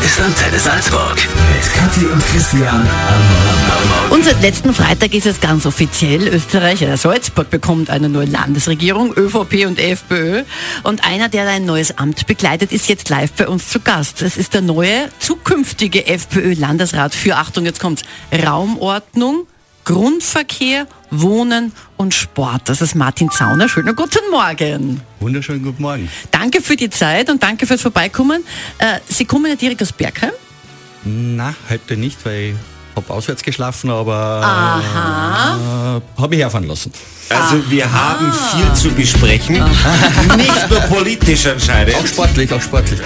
Beste Antenne Salzburg. Mit Kathi und Christian am Morgen. Und seit letzten Freitag ist es ganz offiziell. Österreich, Salzburg bekommt eine neue Landesregierung, ÖVP und FPÖ. Und einer, der ein neues Amt begleitet, ist jetzt live bei uns zu Gast. Es ist der neue, zukünftige FPÖ-Landesrat für, Achtung, jetzt kommt's, Raumordnung, Grundverkehr, Wohnen und Sport. Das ist Martin Zauner. Schönen guten Morgen. Wunderschönen guten Morgen. Danke für die Zeit und danke fürs Vorbeikommen. Sie kommen ja direkt aus Bergheim? Na, heute nicht, weil ich habe auswärts geschlafen, aber habe ich herfahren lassen. Also wir haben viel zu besprechen. Nicht nur politisch anscheinend. Auch sportlich. Auch sportlich.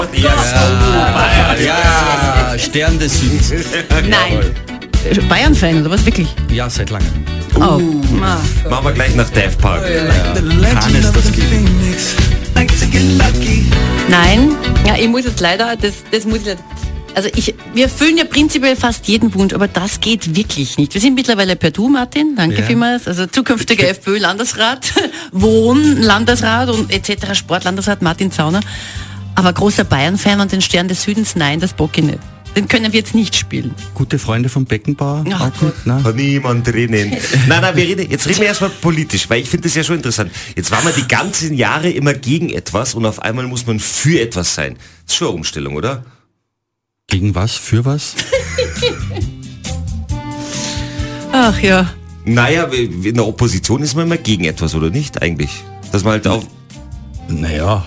Ja, Stern des Südens. Nein. Bayern-Fan oder was, wirklich? Ja, seit langem. Oh. Machen wir gleich nach Daft Punk. Kann es das geben? Nein, ja, ich muss jetzt leider, das muss ich leider. Also wir erfüllen ja prinzipiell fast jeden Wunsch, aber das geht wirklich nicht. Wir sind mittlerweile per Du, Martin, danke vielmals. Also zukünftiger FPÖ-Landesrat, Wohn-Landesrat und etc. Sportlandesrat Martin Zauner. Aber großer Bayern-Fan und den Stern des Südens, nein, das bock ich nicht. Den können wir jetzt nicht spielen. Gute Freunde vom Beckenbauer? Ach, Hat niemand drinnen. Nein, jetzt reden wir erstmal politisch, weil ich finde das ja schon interessant. Jetzt waren wir die ganzen Jahre immer gegen etwas und auf einmal muss man für etwas sein. Das ist schon eine Umstellung, oder? Gegen was? Für was? Ach ja. Naja, in der Opposition ist man immer gegen etwas, oder nicht eigentlich? Dass man halt auch... Naja,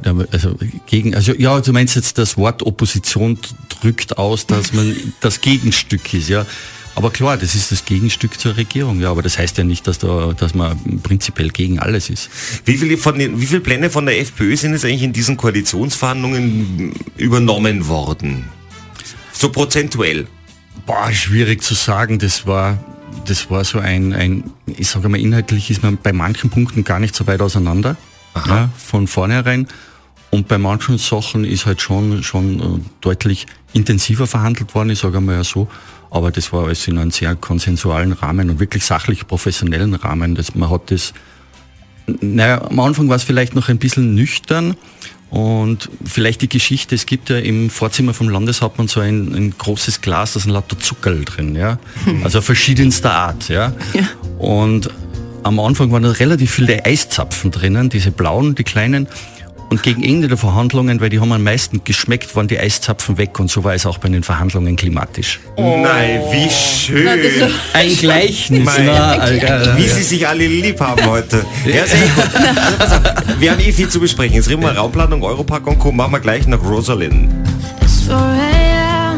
du meinst jetzt, das Wort Opposition drückt aus, dass man das Gegenstück ist, ja. Aber klar, das ist das Gegenstück zur Regierung, ja, aber das heißt ja nicht, dass man prinzipiell gegen alles ist. Wie viele Pläne von der FPÖ sind jetzt eigentlich in diesen Koalitionsverhandlungen übernommen worden? So prozentuell? Boah, schwierig zu sagen, das war so ein, ich sage mal, inhaltlich ist man bei manchen Punkten gar nicht so weit auseinander. Ja, von vornherein. Und bei manchen Sachen ist halt schon deutlich intensiver verhandelt worden, ich sage mal ja so. Aber das war alles in einem sehr konsensualen Rahmen und wirklich sachlich professionellen Rahmen. Am Anfang war es vielleicht noch ein bisschen nüchtern und vielleicht die Geschichte, es gibt ja im Vorzimmer vom Landeshauptmann so ein großes Glas, da sind lauter Zuckerl drin, ja. Also verschiedenster Art, ja. Und am Anfang waren da relativ viele Eiszapfen drinnen, diese blauen, die kleinen. Und gegen Ende der Verhandlungen, weil die haben am meisten geschmeckt, waren die Eiszapfen weg. Und so war es auch bei den Verhandlungen klimatisch. Oh. Nein, wie schön. Ein Gleichnis. Wie sie sich alle lieb haben heute. Ja, sehr gut. Also, pass auf, wir haben viel zu besprechen. Jetzt reden wir Raumplanung, Europark und Co. Machen wir gleich nach Rosalind. It's 4 a.m.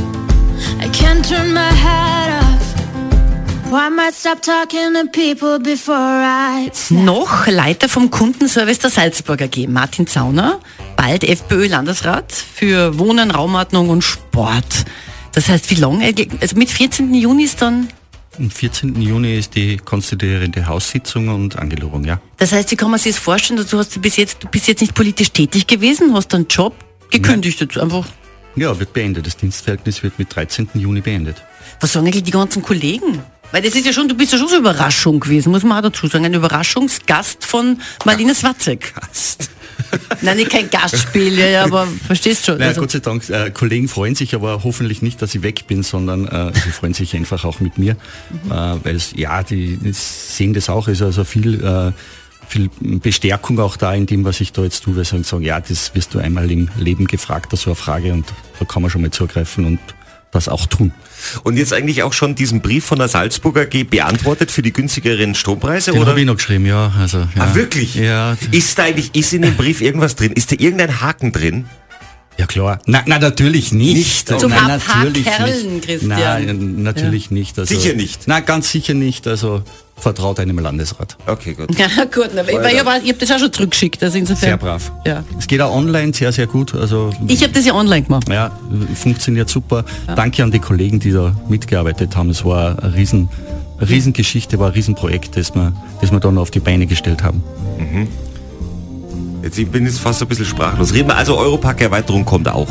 I can't turn my head off. Why might stop talking to people before I... Noch Leiter vom Kundenservice der Salzburg AG, Martin Zauner, bald FPÖ-Landesrat für Wohnen, Raumordnung und Sport. Das heißt, wie lange? Also mit 14. Juni ist dann... Am 14. Juni ist die konstituierende Haussitzung und Angelobung, ja. Das heißt, wie kann man sich das vorstellen, du bist jetzt nicht politisch tätig gewesen, hast einen Job gekündigt jetzt einfach? Ja, wird beendet. Das Dienstverhältnis wird mit 13. Juni beendet. Was sagen eigentlich die ganzen Kollegen? Weil das ist ja schon, du bist ja schon so eine Überraschung gewesen, muss man auch dazu sagen. Ein Überraschungsgast von Marlene Swatzek. Gast. Nein, nicht kein Gastspiel, ja, aber verstehst schon. Naja, Also, Gott sei Dank, Kollegen freuen sich aber hoffentlich nicht, dass ich weg bin, sondern sie freuen sich einfach auch mit mir. Weil die sehen das auch, ist also viel Bestärkung auch da in dem, was ich da jetzt tue. Weil sie sagen, ja, das wirst du einmal im Leben gefragt, so eine Frage, und da kann man schon mal zugreifen und das auch tun. Und jetzt eigentlich auch schon diesen Brief von der Salzburger AG beantwortet für die günstigeren Strompreise? Den oder? habe ich noch geschrieben, ja. Also, ja. Ah, wirklich? Ja. Ist in dem Brief irgendwas drin? Ist da irgendein Haken drin? Ja klar. Na, natürlich nicht. Zum Nein, Abhaken, Christian. Nein, natürlich nicht. Also, Sicher nicht? Na, ganz sicher nicht. Also vertraut einem Landesrat. Okay, gut. Ja, gut, weil ich habe das auch schon zurückgeschickt. Also insofern, Sehr brav. Ja. Es geht auch online sehr, sehr gut. Also, Ich habe das ja online gemacht. ja, funktioniert super. Ja. Danke an die Kollegen, die da mitgearbeitet haben. Es war eine Riesengeschichte, war ein Riesenprojekt, das wir dann auf die Beine gestellt haben. Ich bin jetzt fast ein bisschen sprachlos. Reden wir, also Europark-Erweiterung kommt auch.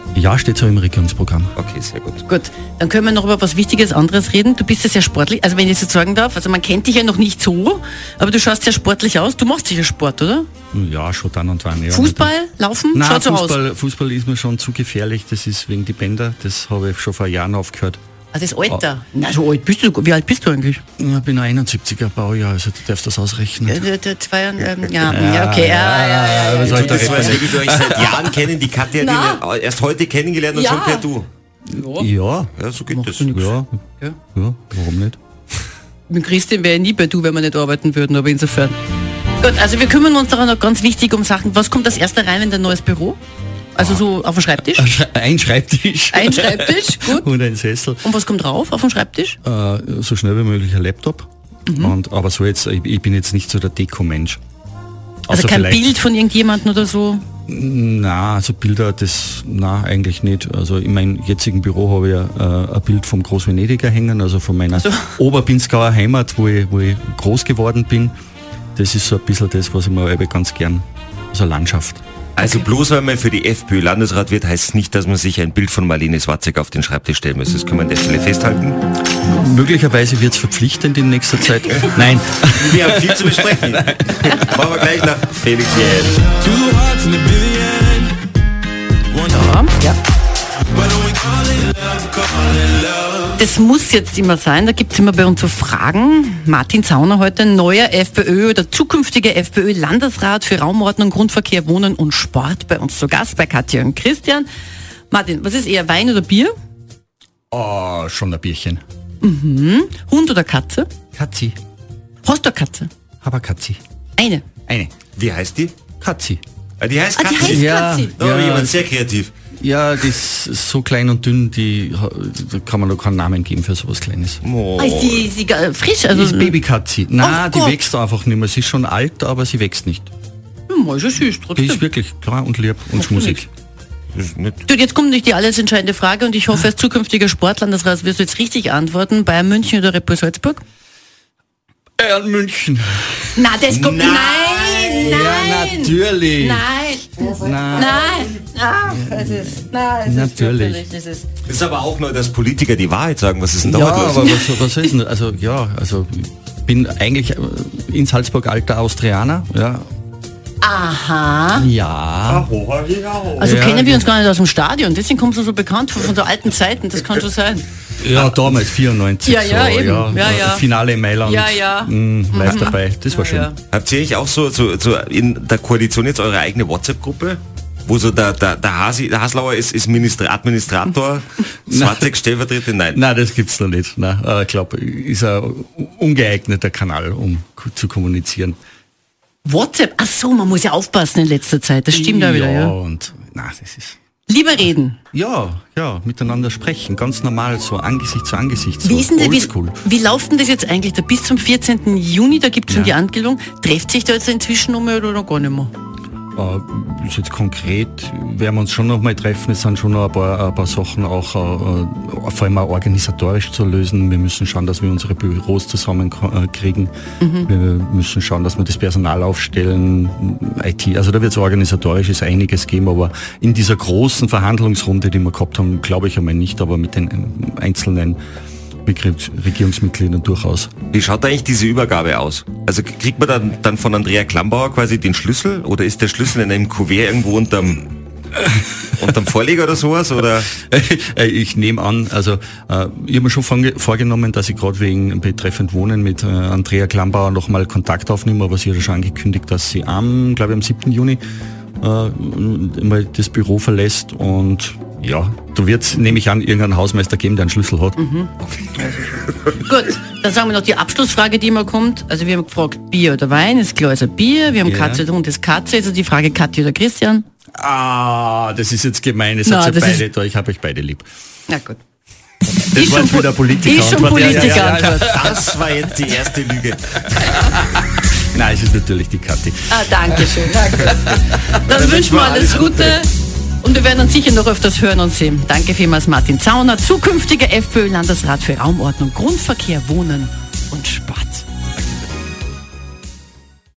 Ja, steht so im Regierungsprogramm. Okay, sehr gut. Gut, dann können wir noch über was Wichtiges anderes reden. Du bist ja sehr sportlich, also wenn ich das sagen darf, also man kennt dich ja noch nicht so, aber du schaust sehr sportlich aus. Du machst sicher Sport, oder? Ja, schon dann und wann. Ja. Fußball, Laufen, Nein, schaut so aus. Fußball ist mir schon zu gefährlich, das ist wegen die Bänder, das habe ich schon vor Jahren aufgehört. Also das Alter. Na, so alt bist du. Wie alt bist du eigentlich? Ich bin ein 71er Baujahr, also du darfst das ausrechnen. Ja, okay. Ja. Was soll ich da Das war, als reden? wir euch seit Jahren kennen, die Katja hat ihn erst heute kennengelernt und Ja. schon per Du. Ja, Ja, so geht das. ja, warum nicht? Mit Christian wäre ich nie bei du, wenn wir nicht arbeiten würden, aber insofern. Gut, also wir kümmern uns daran noch ganz wichtig um Sachen. Was kommt als erster rein in dein neues Büro? Also so auf dem Schreibtisch? Ein Schreibtisch. Ein Schreibtisch, gut. Und ein Sessel. Und was kommt drauf auf dem Schreibtisch? So schnell wie möglich ein Laptop. Aber so jetzt, ich bin jetzt nicht so der Deko-Mensch. Also Außer kein vielleicht- Bild von irgendjemandem oder so? Na, also Bilder, eigentlich nicht. Also in meinem jetzigen Büro habe ich ein Bild vom Groß-Venediger hängen, also von meiner Oberpinzgauer Heimat, wo ich groß geworden bin. Das ist so ein bisschen das, was ich mir ganz gern, also Landschaft. Also bloß weil man für die FPÖ Landesrat wird, heißt nicht, dass man sich ein Bild von Marlene Swatzek auf den Schreibtisch stellen muss. Das können wir an der Stelle festhalten. Möglicherweise wird es verpflichtend in nächster Zeit. Nein. Wir haben viel zu besprechen. Machen wir gleich nach Felix Jähn. Ja. Das muss jetzt immer sein, da gibt es immer bei uns so Fragen. Martin Zauner heute, neuer FPÖ oder zukünftiger FPÖ-Landesrat für Raumordnung, Grundverkehr, Wohnen und Sport bei uns zu Gast, bei Katja und Christian. Martin, was ist eher, Wein oder Bier? Oh, schon ein Bierchen. Hund oder Katze? Katzi. Hast du eine Katze? Aber Katzi. Eine. Eine. Wie heißt die? Katzi. Ah, die heißt Ah, die Katzi. heißt Ja. Katzi. Da war jemand sehr kreativ. Ja, die ist so klein und dünn, da kann man noch keinen Namen geben für sowas Kleines. Oh. Ah, ist sie frisch? Also, Die ist Babykatzi. Na, Oh die Gott. wächst einfach nicht mehr. Sie ist schon alt, aber sie wächst nicht. Mal schon süß Die trotzdem. ist wirklich klar und lieb und schmusig. Das ist nicht Du, jetzt kommt nicht die alles entscheidende Frage und ich hoffe, als zukünftiger Sportlandesrat wirst du jetzt richtig antworten. Bayern München oder Red Bull Salzburg? München. Na, das kommt. Nein! Ja, natürlich. Nein! Natürlich. Das ist aber auch nur, dass Politiker die Wahrheit sagen. Was ist denn da Ja, los? aber was ist denn? Also ich bin eigentlich in Salzburg alter Austrianer. Ja. Aha. Ja. Also Ja, kennen wir uns gar nicht aus dem Stadion, deswegen kommst du so bekannt von so alten Zeiten, das kann schon sein. Ja, damals 94. Ja, ja, eben. Ja. Finale in Mailand. Ja. Live dabei. Das war schön. Ja. Habt ihr eigentlich auch so in der Koalition jetzt eure eigene WhatsApp-Gruppe? Wo so der Haslauer ist Administrator, Swatzek Stellvertreter? Nein. Nein, das gibt's noch nicht. Nein, ich glaube, ist ein ungeeigneter Kanal, um zu kommunizieren. WhatsApp, ach so, man muss ja aufpassen in letzter Zeit, das stimmt da wieder, ja. Und das ist. Lieber reden. Ja, miteinander sprechen, ganz normal, so Angesicht zu Angesicht. So Wie ist denn der, oldschool. wie läuft denn das jetzt eigentlich? Da bis zum 14. Juni, da gibt es dann die Ankündigung. Trefft sich da jetzt inzwischen noch mal oder noch gar nicht mehr? Ist jetzt konkret, werden wir uns schon noch mal treffen. Es sind schon noch ein paar Sachen auch vor allem auch organisatorisch zu lösen. Wir müssen schauen, dass wir unsere Büros zusammenkriegen. Wir müssen schauen, dass wir das Personal aufstellen, IT. Also da wird es organisatorisch ist einiges geben, aber in dieser großen Verhandlungsrunde, die wir gehabt haben, glaube ich einmal nicht, aber mit den einzelnen Regierungsmitgliedern durchaus. Wie schaut eigentlich diese Übergabe aus? Also kriegt man dann von Andrea Klambauer quasi den Schlüssel oder ist der Schlüssel in einem Kuvert irgendwo unterm Vorleger oder sowas? Oder? Ich nehme an, also ich habe mir schon vorgenommen, dass ich gerade wegen betreffend Wohnen mit Andrea Klambauer nochmal Kontakt aufnehme, aber sie hat ja schon angekündigt, dass sie am 7. Juni mal das Büro verlässt und ja, da wird es, nehme ich an, irgendeinen Hausmeister geben, der einen Schlüssel hat. Gut, dann sagen wir noch die Abschlussfrage, die immer kommt. Also wir haben gefragt, Bier oder Wein, ist klar, also Bier. Wir haben Ja. Katze oder Hund, ist Katze. Also die Frage, Katja oder Christian? Das ist jetzt gemein, es Na, hat ja das beide da, ich habe euch beide lieb. Na gut. Das war jetzt wieder Politiker. Ist schon Politiker-Antwort. Das war jetzt die erste Lüge. Nein, es ist natürlich die Kathi. Ah, danke schön. Dann wünschen wir alles Gute und wir werden uns sicher noch öfters hören und sehen. Danke vielmals Martin Zauner, zukünftiger FPÖ-Landesrat für Raumordnung, Grundverkehr, Wohnen und Sport.